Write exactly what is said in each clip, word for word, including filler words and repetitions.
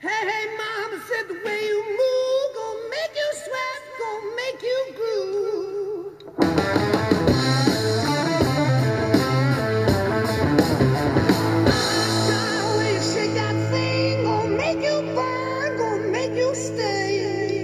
Hey, hey, mama said the way you move gonna make you sweat, gonna make you groove. The way you shake that thing gonna make you burn, gonna make you stay.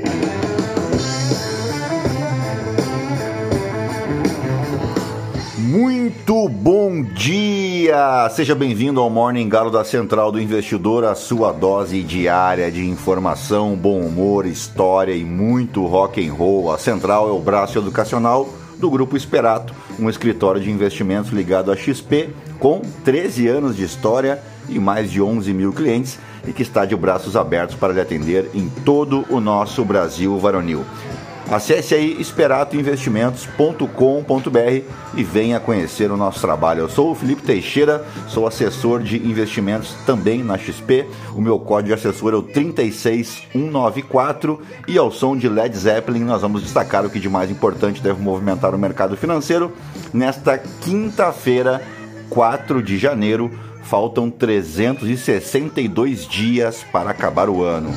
Muito bom dia! Seja bem-vindo ao Morning Galo da Central do Investidor, a sua dose diária de informação, bom humor, história e muito rock and roll. A Central é o braço educacional do Grupo Esperato, um escritório de investimentos ligado à X P, com treze anos de história e mais de onze mil clientes, e que está de braços abertos para lhe atender em todo o nosso Brasil varonil. Acesse aí esperato investimentos ponto com ponto br e venha conhecer o nosso trabalho. Eu sou o Felipe Teixeira, sou assessor de investimentos também na X P. O meu código de assessor é o três seis um nove quatro e ao som de Led Zeppelin nós vamos destacar o que de mais importante deve movimentar o mercado financeiro nesta quinta-feira, quatro de janeiro. Faltam trezentos e sessenta e dois dias para acabar o ano.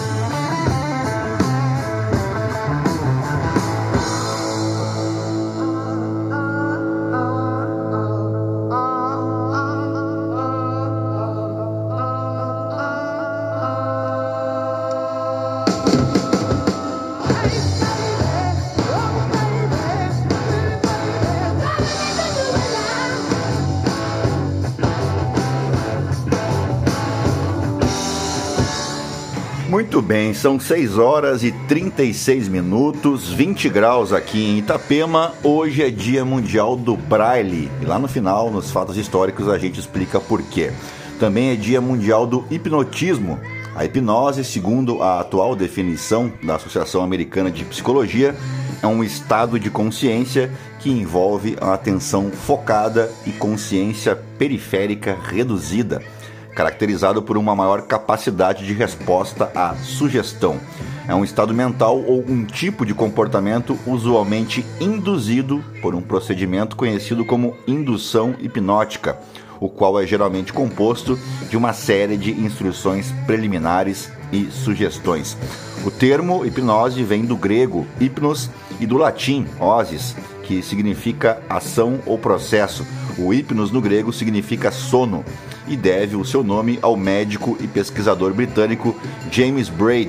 Muito bem, são seis horas e trinta e seis minutos, vinte graus aqui em Itapema. Hoje é Dia Mundial do Braille e lá no final, nos fatos históricos, a gente explica por quê. Também é Dia Mundial do Hipnotismo. A hipnose, segundo a atual definição da Associação Americana de Psicologia, é um estado de consciência que envolve a atenção focada e consciência periférica reduzida, caracterizado por uma maior capacidade de resposta à sugestão. É um estado mental ou um tipo de comportamento usualmente induzido por um procedimento conhecido como indução hipnótica, o qual é geralmente composto de uma série de instruções preliminares e sugestões. O termo hipnose vem do grego hipnos e do latim osis, que significa ação ou processo. O hipnos no grego significa sono e deve o seu nome ao médico e pesquisador britânico James Braid,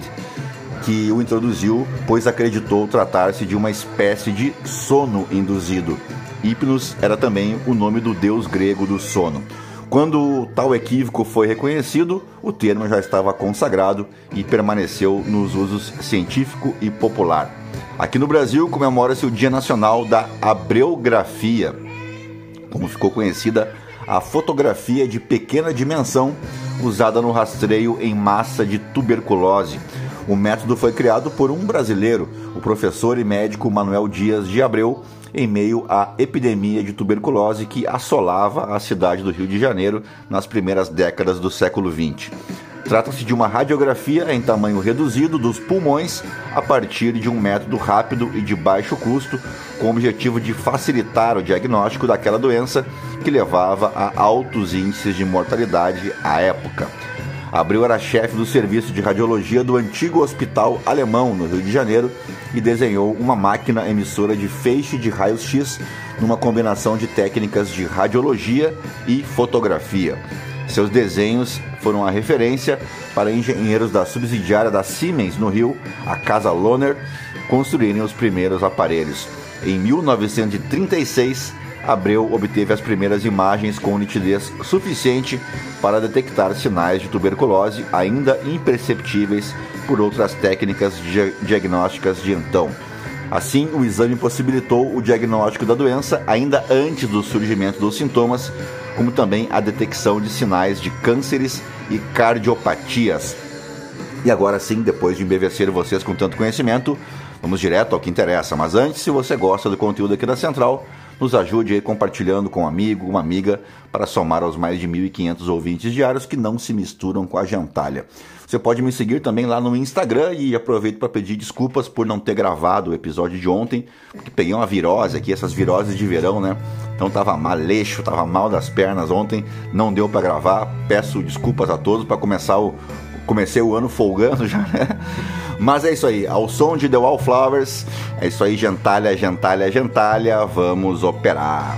que o introduziu, pois acreditou tratar-se de uma espécie de sono induzido. Hipnos era também o nome do deus grego do sono. Quando tal equívoco foi reconhecido, o termo já estava consagrado e permaneceu nos usos científico e popular. Aqui no Brasil comemora-se o Dia Nacional da Abreografia, como ficou conhecida a fotografia de pequena dimensão usada no rastreio em massa de tuberculose. O método foi criado por um brasileiro, o professor e médico Manuel Dias de Abreu, em meio à epidemia de tuberculose que assolava a cidade do Rio de Janeiro nas primeiras décadas do século vinte. Trata-se de uma radiografia em tamanho reduzido dos pulmões a partir de um método rápido e de baixo custo, com o objetivo de facilitar o diagnóstico daquela doença que levava a altos índices de mortalidade à época. Abreu era chefe do serviço de radiologia do antigo Hospital Alemão, no Rio de Janeiro, e desenhou uma máquina emissora de feixe de raios-x numa combinação de técnicas de radiologia e fotografia. Seus desenhos foram a referência para engenheiros da subsidiária da Siemens, no Rio, a Casa Lohner, construírem os primeiros aparelhos. Em mil novecentos e trinta e seis, Abreu obteve as primeiras imagens com nitidez suficiente para detectar sinais de tuberculose ainda imperceptíveis por outras técnicas diagnósticas de então. Assim, o exame possibilitou o diagnóstico da doença ainda antes do surgimento dos sintomas, como também a detecção de sinais de cânceres e cardiopatias. E agora sim, depois de embevecer vocês com tanto conhecimento, vamos direto ao que interessa. Mas antes, se você gosta do conteúdo aqui da Central, nos ajude aí compartilhando com um amigo, uma amiga, para somar aos mais de mil e quinhentos ouvintes diários que não se misturam com a gentalha. Você pode me seguir também lá no Instagram e aproveito para pedir desculpas por não ter gravado o episódio de ontem, porque peguei uma virose aqui, essas viroses de verão, né? Então tava maleixo, tava mal das pernas ontem, não deu para gravar. Peço desculpas a todos. Para começar o comecei o ano folgando já, né? Mas é isso aí, ao som de The Wallflowers, é isso aí, gentalha, gentalha, gentalha, vamos operar.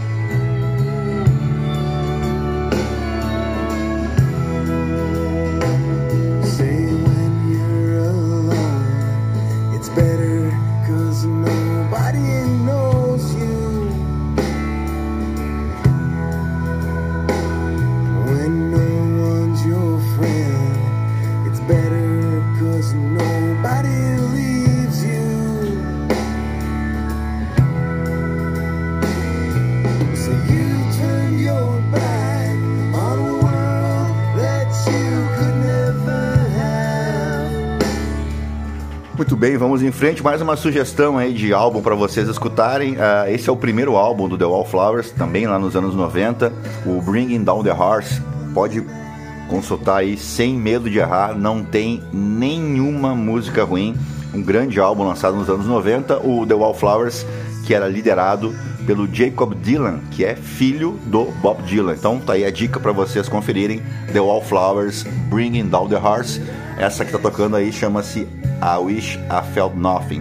Muito bem, vamos em frente. Mais uma sugestão aí de álbum para vocês escutarem. Uh, esse é o primeiro álbum do The Wallflowers, também lá nos anos noventa, o Bringing Down the Hearts. Pode consultar aí sem medo de errar, não tem nenhuma música ruim. Um grande álbum lançado nos anos noventa, o The Wallflowers, que era liderado pelo Jacob Dylan, que é filho do Bob Dylan. Então tá aí a dica para vocês conferirem, The Wallflowers, Bringing Down the Hearts. Essa que tá tocando aí chama-se I Wish I Felt Nothing.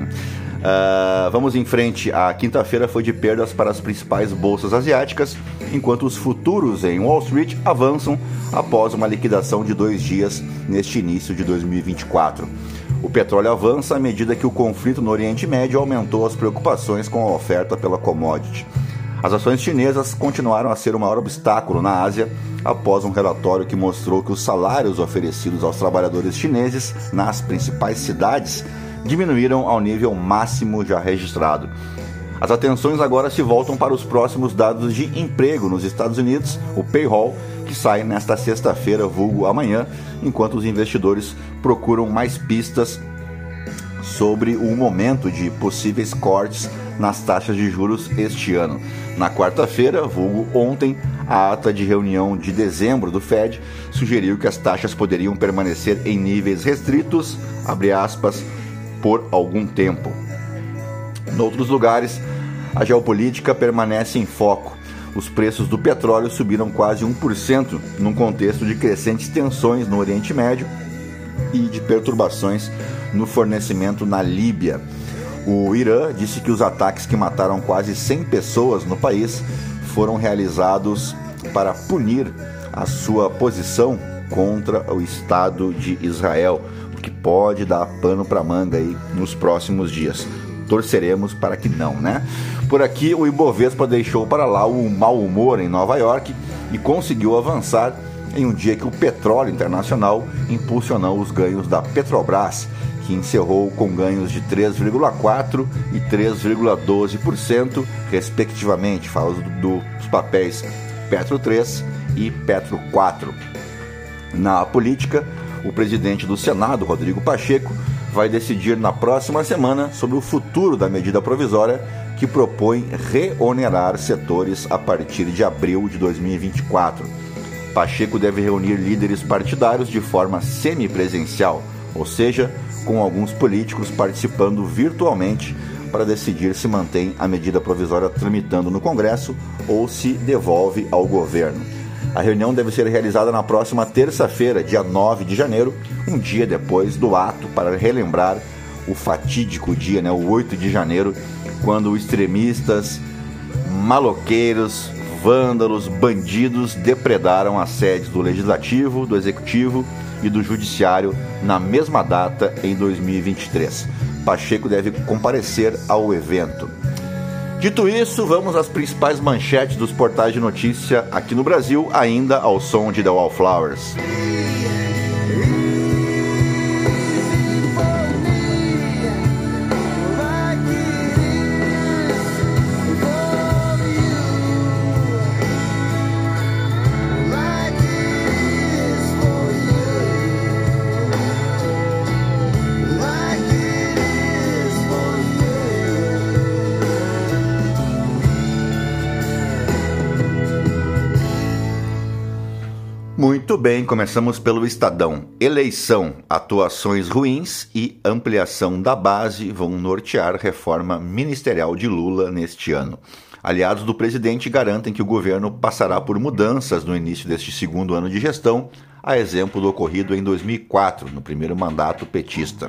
Uh, vamos em frente. A quinta-feira foi de perdas para as principais bolsas asiáticas, enquanto os futuros em Wall Street avançam após uma liquidação de dois dias neste início de dois mil e vinte e quatro. O petróleo avança à medida que o conflito no Oriente Médio aumentou as preocupações com a oferta pela commodity. As ações chinesas continuaram a ser o maior obstáculo na Ásia após um relatório que mostrou que os salários oferecidos aos trabalhadores chineses nas principais cidades diminuíram ao nível máximo já registrado. As atenções agora se voltam para os próximos dados de emprego nos Estados Unidos, o payroll, que sai nesta sexta-feira, vulgo amanhã, enquanto os investidores procuram mais pistas sobre o momento de possíveis cortes nas taxas de juros este ano. Na quarta-feira, vulgo ontem, a ata de reunião de dezembro do Fed sugeriu que as taxas poderiam permanecer em níveis restritos, abre aspas, por algum tempo. Em outros lugares, a geopolítica permanece em foco. Os preços do petróleo subiram quase um por cento num contexto de crescentes tensões no Oriente Médio e de perturbações no fornecimento na Líbia. O Irã disse que os ataques que mataram quase cem pessoas no país foram realizados para punir a sua posição contra o Estado de Israel, o que pode dar pano para manga aí nos próximos dias. Torceremos para que não, né? Por aqui, o Ibovespa deixou para lá o mau humor em Nova York e conseguiu avançar em um dia que o petróleo internacional impulsionou os ganhos da Petrobras, que encerrou com ganhos de três vírgula quatro por cento e três vírgula doze por cento, respectivamente. Falo dos papéis Petro três e Petro quatro. Na política, o presidente do Senado, Rodrigo Pacheco, vai decidir na próxima semana sobre o futuro da medida provisória que propõe reonerar setores a partir de abril de dois mil e vinte e quatro. Pacheco deve reunir líderes partidários de forma semipresencial, ou seja, com alguns políticos participando virtualmente para decidir se mantém a medida provisória tramitando no Congresso ou se devolve ao governo. A reunião deve ser realizada na próxima terça-feira, dia nove de janeiro, um dia depois do ato para relembrar o fatídico dia, né, o oito de janeiro, quando extremistas, maloqueiros, vândalos, bandidos depredaram as sedes do Legislativo, do Executivo e do Judiciário na mesma data em dois mil e vinte e três. Pacheco deve comparecer ao evento. Dito isso, vamos às principais manchetes dos portais de notícia aqui no Brasil, ainda ao som de The Wallflowers. Muito bem, começamos pelo Estadão. Eleição, atuações ruins e ampliação da base vão nortear reforma ministerial de Lula neste ano. Aliados do presidente garantem que o governo passará por mudanças no início deste segundo ano de gestão, a exemplo do ocorrido em dois mil e quatro, no primeiro mandato petista.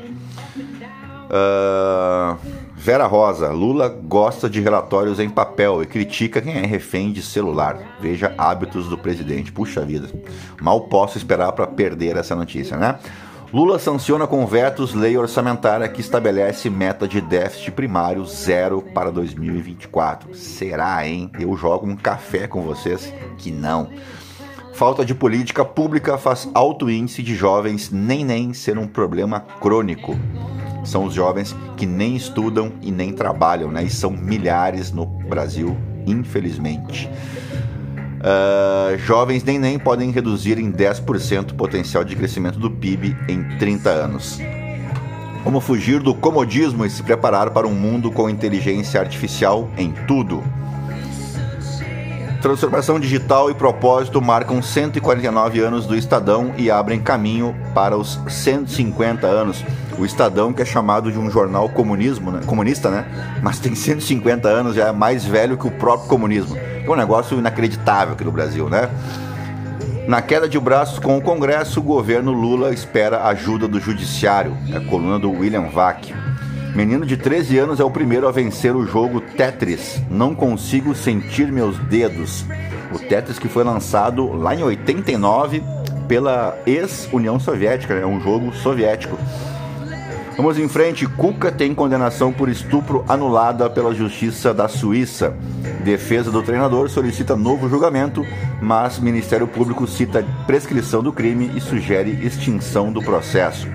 Uh, Vera Rosa, Lula gosta de relatórios em papel e critica quem é refém de celular. Veja hábitos do presidente. Puxa vida, mal posso esperar para perder essa notícia, né? Lula sanciona com vetos lei orçamentária que estabelece meta de déficit primário zero para dois mil e vinte e quatro. Será, hein? Eu jogo um café com vocês que não. Falta de política pública faz alto índice de jovens nem nem ser um problema crônico. São os jovens que nem estudam e nem trabalham, né? E são milhares no Brasil, infelizmente. Uh, jovens nem nem podem reduzir em dez por cento o potencial de crescimento do P I B em trinta anos. Como fugir do comodismo e se preparar para um mundo com inteligência artificial em tudo. Transformação digital e propósito marcam cento e quarenta e nove anos do Estadão e abrem caminho para os cento e cinquenta anos. O Estadão, que é chamado de um jornal comunismo, né? comunista, né? Mas tem cento e cinquenta anos, já é mais velho que o próprio comunismo. É um negócio inacreditável aqui no Brasil, né? Na queda de braços com o Congresso, o governo Lula espera ajuda do Judiciário. É a coluna do William Vac. Menino de treze anos é o primeiro a vencer o jogo Tetris. Não consigo sentir meus dedos. O Tetris que foi lançado lá em oitenta e nove pela ex-União Soviética, é né? um jogo soviético. Vamos em frente. Cuca tem condenação por estupro anulada pela Justiça da Suíça. Defesa do treinador solicita novo julgamento, mas Ministério Público cita prescrição do crime e sugere extinção do processo.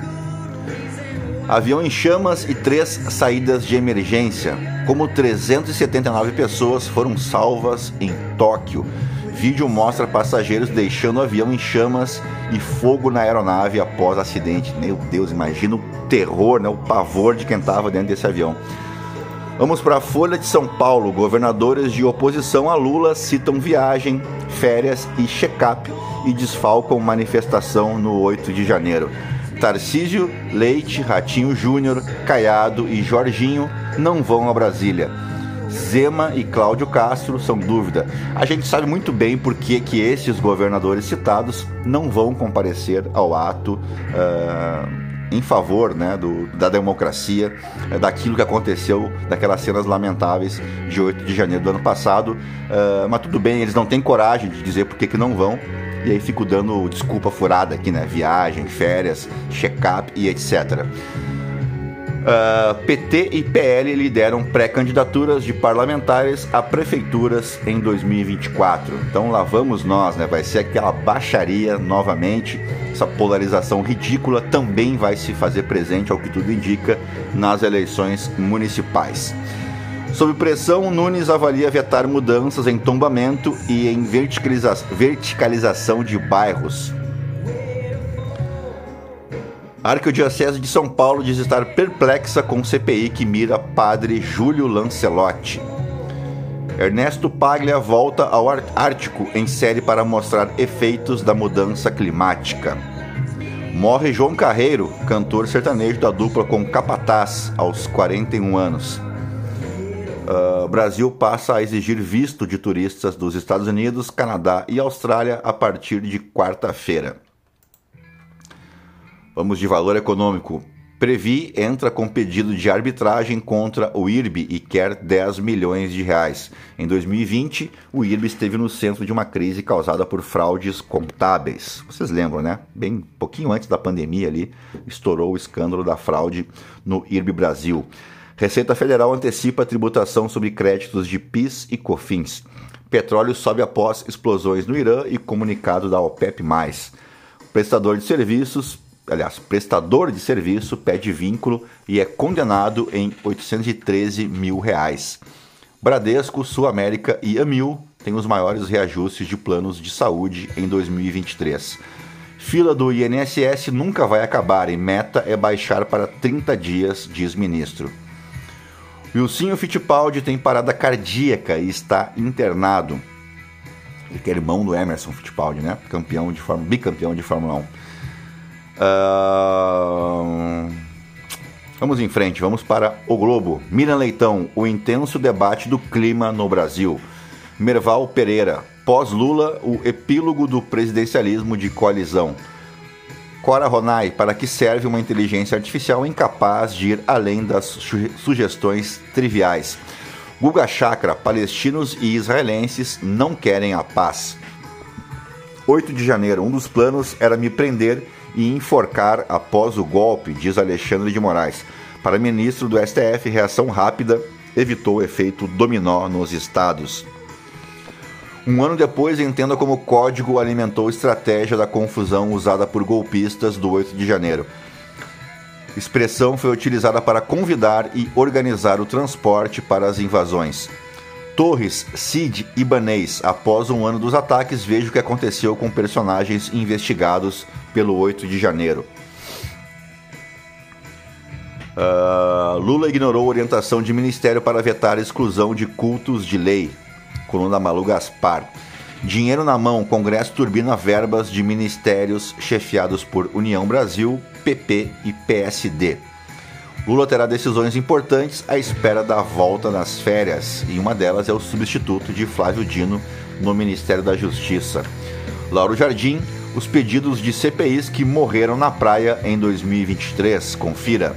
Avião em chamas e três saídas de emergência. Como trezentas e setenta e nove pessoas foram salvas em Tóquio. Vídeo mostra passageiros deixando o avião em chamas e fogo na aeronave após acidente. Meu Deus, imagina o terror, né? O pavor de quem estava dentro desse avião. Vamos para a Folha de São Paulo. Governadores de oposição a Lula citam viagem, férias e check-up e desfalcam manifestação no oito de janeiro. Tarcísio, Leite, Ratinho Júnior, Caiado e Jorginho não vão a Brasília. Zema e Cláudio Castro são dúvida. A gente sabe muito bem por que, que esses governadores citados não vão comparecer ao ato uh, em favor né, do, da democracia, uh, daquilo que aconteceu, daquelas cenas lamentáveis de oito de janeiro do ano passado. Uh, mas tudo bem, eles não têm coragem de dizer por que, que não vão. E aí fico dando desculpa furada aqui, né? Viagem, férias, check-up e etcétera. Uh, P T e P L lideram pré-candidaturas de parlamentares a prefeituras em dois mil e vinte e quatro. Então lá vamos nós, né? Vai ser aquela baixaria novamente. Essa polarização ridícula também vai se fazer presente, ao que tudo indica, nas eleições municipais. Sob pressão, Nunes avalia vetar mudanças em tombamento e em verticaliza- verticalização de bairros. A Arquidiocese de São Paulo diz estar perplexa com C P I que mira padre Júlio Lancelotti. Ernesto Paglia volta ao Ártico em série para mostrar efeitos da mudança climática. Morre João Carreiro, cantor sertanejo da dupla com Capataz, aos quarenta e um anos. O uh, Brasil passa a exigir visto de turistas dos Estados Unidos, Canadá e Austrália a partir de quarta-feira. Vamos de valor econômico. Previ entra com pedido de arbitragem contra o I R B e quer dez milhões de reais. Em dois mil e vinte, o I R B esteve no centro de uma crise causada por fraudes contábeis. Vocês lembram, né? Bem pouquinho antes da pandemia ali, estourou o escândalo da fraude no I R B Brasil. Receita Federal antecipa a tributação sobre créditos de PIS e COFINS. Petróleo sobe após explosões no Irã e comunicado da OPEP mais. Prestador de serviços, aliás, prestador de serviço pede vínculo e é condenado em oitocentos e treze mil reais. Bradesco, Sul América e Amil têm os maiores reajustes de planos de saúde em dois mil e vinte e três. Fila do I N S S nunca vai acabar e meta é baixar para trinta dias, diz ministro. Wilsinho Fittipaldi tem parada cardíaca e está internado. Ele que é irmão do Emerson Fittipaldi, né? Campeão de Fórmula, bicampeão de Fórmula um. Uh... Vamos em frente, vamos para o Globo. Miriam Leitão, o intenso debate do clima no Brasil. Merval Pereira, Pós-Lula, o epílogo do presidencialismo de coalizão. Cora Ronay, para que serve uma inteligência artificial incapaz de ir além das su- sugestões triviais. Guga Chakra, palestinos e israelenses não querem a paz. oito de janeiro, um dos planos era me prender e enforcar após o golpe, diz Alexandre de Moraes. Para ministro do S T F, reação rápida evitou o efeito dominó nos estados. Um ano depois, entenda como o código alimentou a estratégia da confusão usada por golpistas do oito de janeiro. Expressão foi utilizada para convidar e organizar o transporte para as invasões. Torres, Cid Ibanez, após um ano dos ataques, veja o que aconteceu com personagens investigados pelo oito de janeiro. Uh, Lula ignorou orientação de ministério para vetar a exclusão de cultos de lei. Coluna Malu Gaspar. Dinheiro na mão, Congresso turbina verbas de ministérios chefiados por União Brasil, P P e P S D. Lula terá decisões importantes à espera da volta nas férias, e uma delas é o substituto de Flávio Dino no Ministério da Justiça. Lauro Jardim, os pedidos de C P Is que morreram na praia em dois mil e vinte e três. Confira.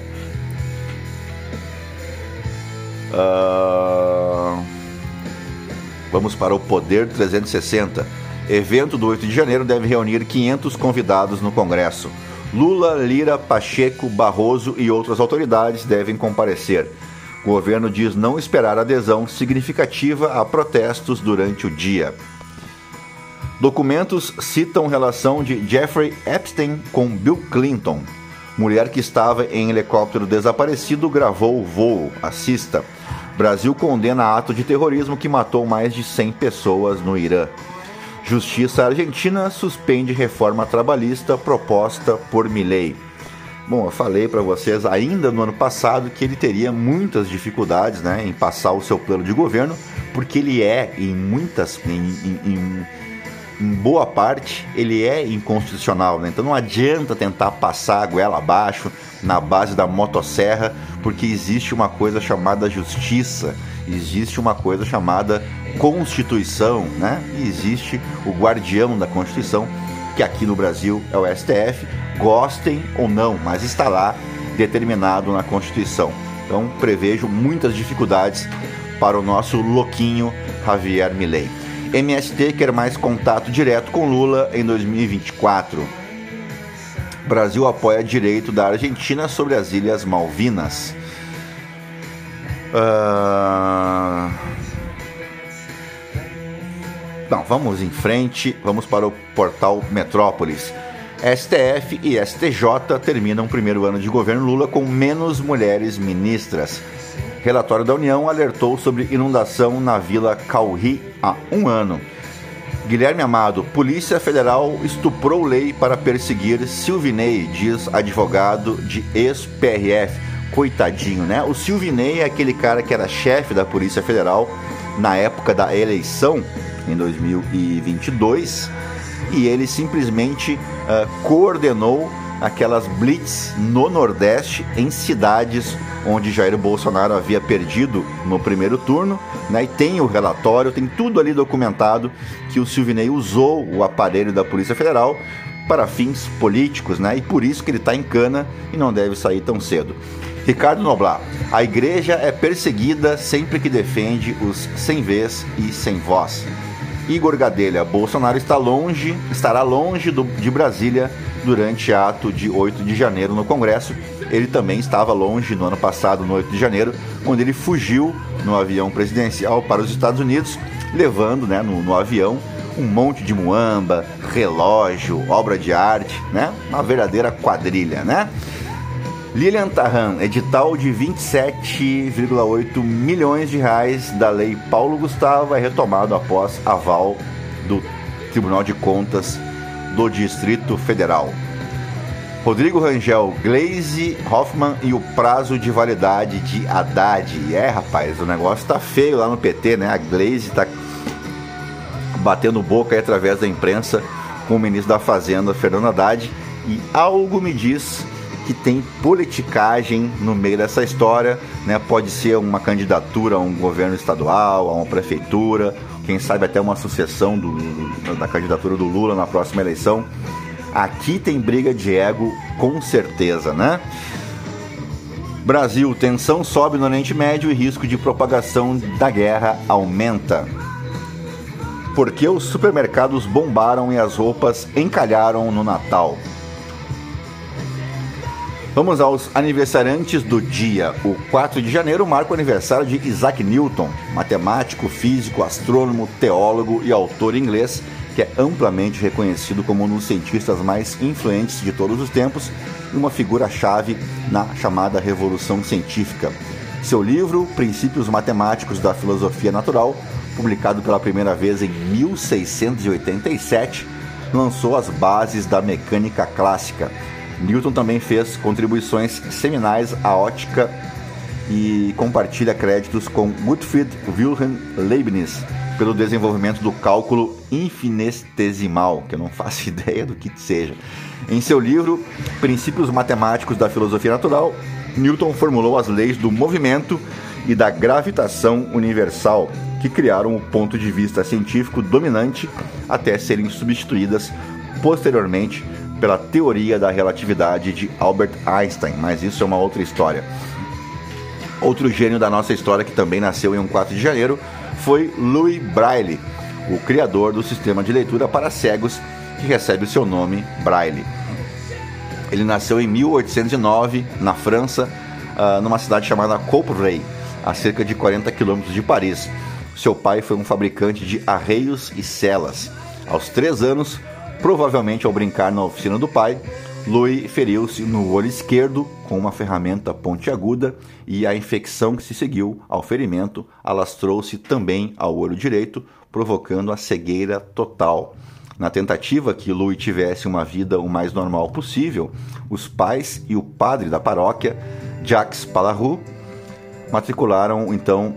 Uh... Vamos para o Poder trezentos e sessenta. Evento do oito de janeiro deve reunir quinhentos convidados no Congresso. Lula, Lira, Pacheco, Barroso e outras autoridades devem comparecer. O governo diz não esperar adesão significativa a protestos durante o dia. Documentos citam relação de Jeffrey Epstein com Bill Clinton. Mulher que estava em helicóptero desaparecido gravou o voo. Assista. Brasil condena ato de terrorismo que matou mais de cem pessoas no Irã. Justiça argentina suspende reforma trabalhista proposta por Milei. Bom, eu falei para vocês ainda no ano passado que ele teria muitas dificuldades, né, em passar o seu plano de governo, porque ele é, em muitas, em, em, em, em boa parte, ele é inconstitucional, né? Então não adianta tentar passar a goela abaixo na base da motosserra, porque existe uma coisa chamada justiça, existe uma coisa chamada Constituição, né? E existe o guardião da Constituição, que aqui no Brasil é o S T F, gostem ou não, mas está lá determinado na Constituição. Então prevejo muitas dificuldades para o nosso louquinho Javier Milei. M S T quer mais contato direto com Lula em dois mil e vinte e quatro. Brasil apoia direito da Argentina sobre as Ilhas Malvinas. Uh... Não, vamos em frente, vamos para o portal Metrópolis. S T F e S T J terminam o primeiro ano de governo Lula com menos mulheres ministras. Relatório da União alertou sobre inundação na Vila Caury há um ano. Guilherme Amado, Polícia Federal estuprou lei para perseguir Silvinei, diz advogado de ex-P R F. Coitadinho, né? O Silvinei é aquele cara que era chefe da Polícia Federal na época da eleição, em dois mil e vinte e dois, e ele simplesmente uh, coordenou aquelas blitz no Nordeste, em cidades onde Jair Bolsonaro havia perdido no primeiro turno, né? E tem o relatório, tem tudo ali documentado que o Silvinei usou o aparelho da Polícia Federal para fins políticos, né? E por isso que ele está em cana e não deve sair tão cedo. Ricardo Noblar, a igreja é perseguida sempre que defende os sem vez e sem voz. Igor Gadelha, Bolsonaro está longe, estará longe do, de Brasília durante ato de oito de janeiro no Congresso. Ele também estava longe no ano passado, no oito de janeiro, quando ele fugiu no avião presidencial para os Estados Unidos, levando, né, no, no avião um monte de muamba, relógio, obra de arte, né? Uma verdadeira quadrilha, né? Lilian Tarran, edital de vinte e sete vírgula oito milhões de reais da Lei Paulo Gustavo é retomado após aval do Tribunal de Contas do Distrito Federal. Rodrigo Rangel, Gleisi Hoffmann e o prazo de validade de Haddad. É, rapaz, o negócio tá feio lá no P T, né? A Gleisi tá batendo boca aí através da imprensa com o ministro da Fazenda, Fernando Haddad, e algo me diz que tem politicagem no meio dessa história, né? Pode ser uma candidatura a um governo estadual, a uma prefeitura, quem sabe até uma sucessão do, do, da candidatura do Lula na próxima eleição. Aqui tem briga de ego, com certeza, né? Brasil, tensão sobe no Oriente Médio e risco de propagação da guerra aumenta. Por que os supermercados bombaram e as roupas encalharam no Natal? Vamos aos aniversariantes do dia. O quatro de janeiro marca o aniversário de Isaac Newton, matemático, físico, astrônomo, teólogo e autor inglês, que é amplamente reconhecido como um dos cientistas mais influentes de todos os tempos e uma figura-chave na chamada Revolução Científica. Seu livro, Princípios Matemáticos da Filosofia Natural, publicado pela primeira vez em mil seiscentos e oitenta e sete, lançou as bases da mecânica clássica. Newton também fez contribuições seminais à ótica e compartilha créditos com Gottfried Wilhelm Leibniz pelo desenvolvimento do cálculo infinitesimal, que eu não faço ideia do que seja. Em seu livro, Princípios Matemáticos da Filosofia Natural, Newton formulou as leis do movimento e da gravitação universal, que criaram o ponto de vista científico dominante até serem substituídas posteriormente pela teoria da relatividade de Albert Einstein, mas isso é uma outra história. Outro gênio da nossa história que também nasceu em um quatro de janeiro foi Louis Braille, o criador do sistema de leitura para cegos que recebe o seu nome Braille. Ele nasceu em mil oitocentos e nove, na França, numa cidade chamada Coupvray, a cerca de quarenta quilômetros de Paris. Seu pai foi um fabricante de arreios e celas. Aos três anos, provavelmente ao brincar na oficina do pai, Louis feriu-se no olho esquerdo com uma ferramenta pontiaguda e a infecção que se seguiu ao ferimento alastrou-se também ao olho direito, provocando a cegueira total. Na tentativa que Louis tivesse uma vida o mais normal possível, os pais e o padre da paróquia, Jacques Palarou, matricularam então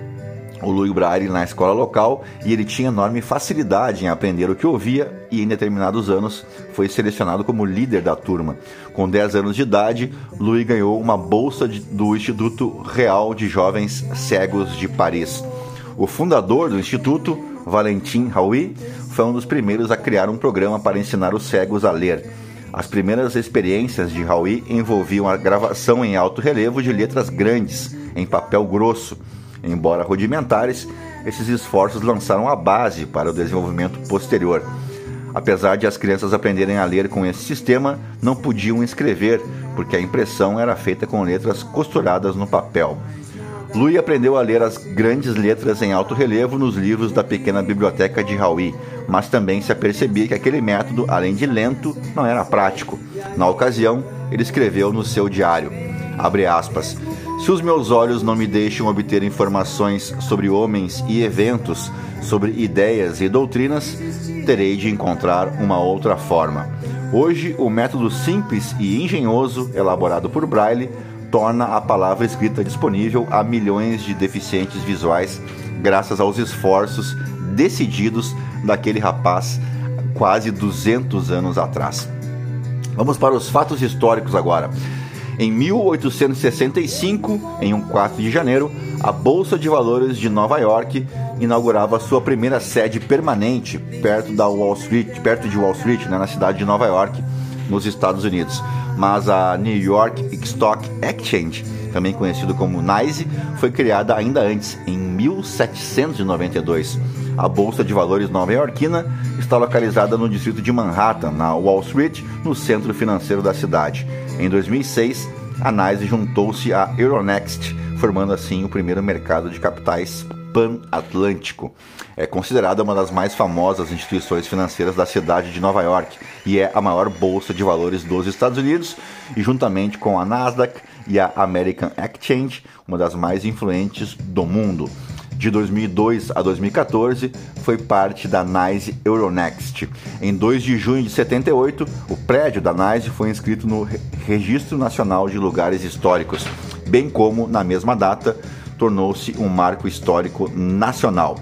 o Louis Braille na escola local e ele tinha enorme facilidade em aprender o que ouvia e em determinados anos foi selecionado como líder da turma. Com dez anos de idade, Louis ganhou uma bolsa de, do Instituto Real de Jovens Cegos de Paris. O fundador do Instituto, Valentin Hauy, foi um dos primeiros a criar um programa para ensinar os cegos a ler. As primeiras experiências de Hauy envolviam a gravação em alto relevo de letras grandes, em papel grosso. Embora rudimentares, esses esforços lançaram a base para o desenvolvimento posterior. Apesar de as crianças aprenderem a ler com esse sistema, não podiam escrever, porque a impressão era feita com letras costuradas no papel. Louis aprendeu a ler as grandes letras em alto relevo nos livros da pequena biblioteca de Hauy, mas também se apercebia que aquele método, além de lento, não era prático. Na ocasião, ele escreveu no seu diário, abre aspas, se os meus olhos não me deixam obter informações sobre homens e eventos, sobre ideias e doutrinas, terei de encontrar uma outra forma. Hoje, o método simples e engenhoso, elaborado por Braille, torna a palavra escrita disponível a milhões de deficientes visuais, graças aos esforços decididos daquele rapaz quase duzentos anos atrás. Vamos para os fatos históricos agora. Em mil oitocentos e sessenta e cinco, em um quatro de janeiro, a Bolsa de Valores de Nova York inaugurava sua primeira sede permanente perto, da Wall Street, perto de Wall Street, né, na cidade de Nova York, nos Estados Unidos. Mas a New York Stock Exchange, também conhecido como NYSE, foi criada ainda antes, em mil setecentos e noventa e dois. A Bolsa de Valores nova-iorquina está localizada no distrito de Manhattan, na Wall Street, no centro financeiro da cidade. Em dois mil e seis, a NYSE juntou-se à Euronext, formando assim o primeiro mercado de capitais pan-atlântico. É considerada uma das mais famosas instituições financeiras da cidade de Nova York e é a maior bolsa de valores dos Estados Unidos, e juntamente com a Nasdaq e a American Exchange, uma das mais influentes do mundo. De dois mil e dois a dois mil e quatorze, foi parte da NYSE Euronext. Em dois de junho de setenta e oito, o prédio da NYSE foi inscrito no Registro Nacional de Lugares Históricos, bem como, na mesma data, tornou-se um marco histórico nacional.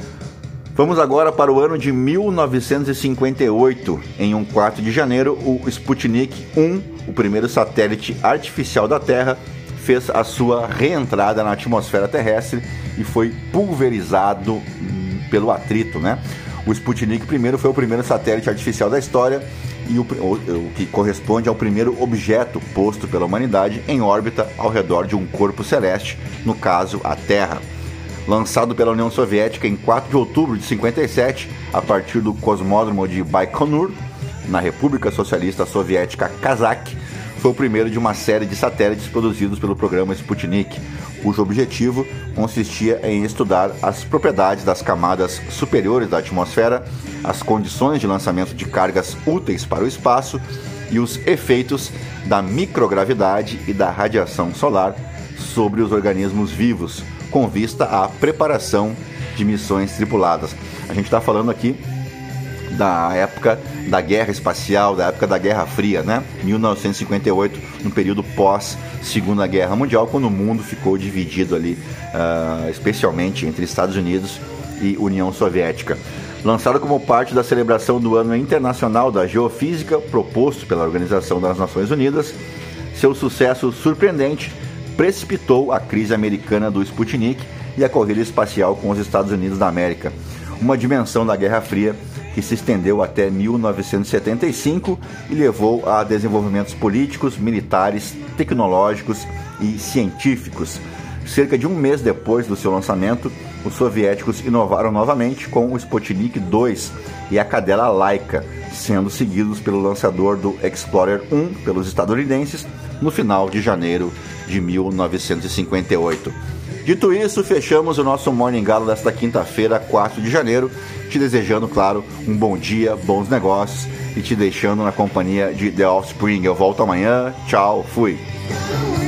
Vamos agora para o ano de mil novecentos e cinquenta e oito. Em um quatro de janeiro, o Sputnik um, o primeiro satélite artificial da Terra, fez a sua reentrada na atmosfera terrestre e foi pulverizado pelo atrito, né? O Sputnik primeiro foi o primeiro satélite artificial da história e o, o, o que corresponde ao primeiro objeto posto pela humanidade em órbita ao redor de um corpo celeste, no caso, a Terra. Lançado pela União Soviética em quatro de outubro de cinquenta e sete, a partir do cosmódromo de Baikonur, na República Socialista Soviética Kazakh, foi o primeiro de uma série de satélites produzidos pelo programa Sputnik, cujo objetivo consistia em estudar as propriedades das camadas superiores da atmosfera, as condições de lançamento de cargas úteis para o espaço e os efeitos da microgravidade e da radiação solar sobre os organismos vivos, com vista à preparação de missões tripuladas. A gente está falando aqui da época da Guerra Espacial, da época da Guerra Fria, né? mil novecentos e cinquenta e oito, no período pós-Segunda Guerra Mundial, quando o mundo ficou dividido ali, uh, especialmente entre Estados Unidos e União Soviética. Lançado como parte da celebração do Ano Internacional da Geofísica, proposto pela Organização das Nações Unidas, seu sucesso surpreendente precipitou a crise americana do Sputnik e a corrida espacial com os Estados Unidos da América, uma dimensão da Guerra Fria que se estendeu até mil novecentos e setenta e cinco e levou a desenvolvimentos políticos, militares, tecnológicos e científicos. Cerca de um mês depois do seu lançamento, os soviéticos inovaram novamente com o Sputnik dois e a cadela Laika, sendo seguidos pelo lançador do Explorer um pelos estadunidenses no final de janeiro de mil novecentos e cinquenta e oito. Dito isso, fechamos o nosso Morning Galo desta quinta-feira, quatro de janeiro, te desejando, claro, um bom dia, bons negócios e te deixando na companhia de The Offspring. Eu volto amanhã, tchau, fui!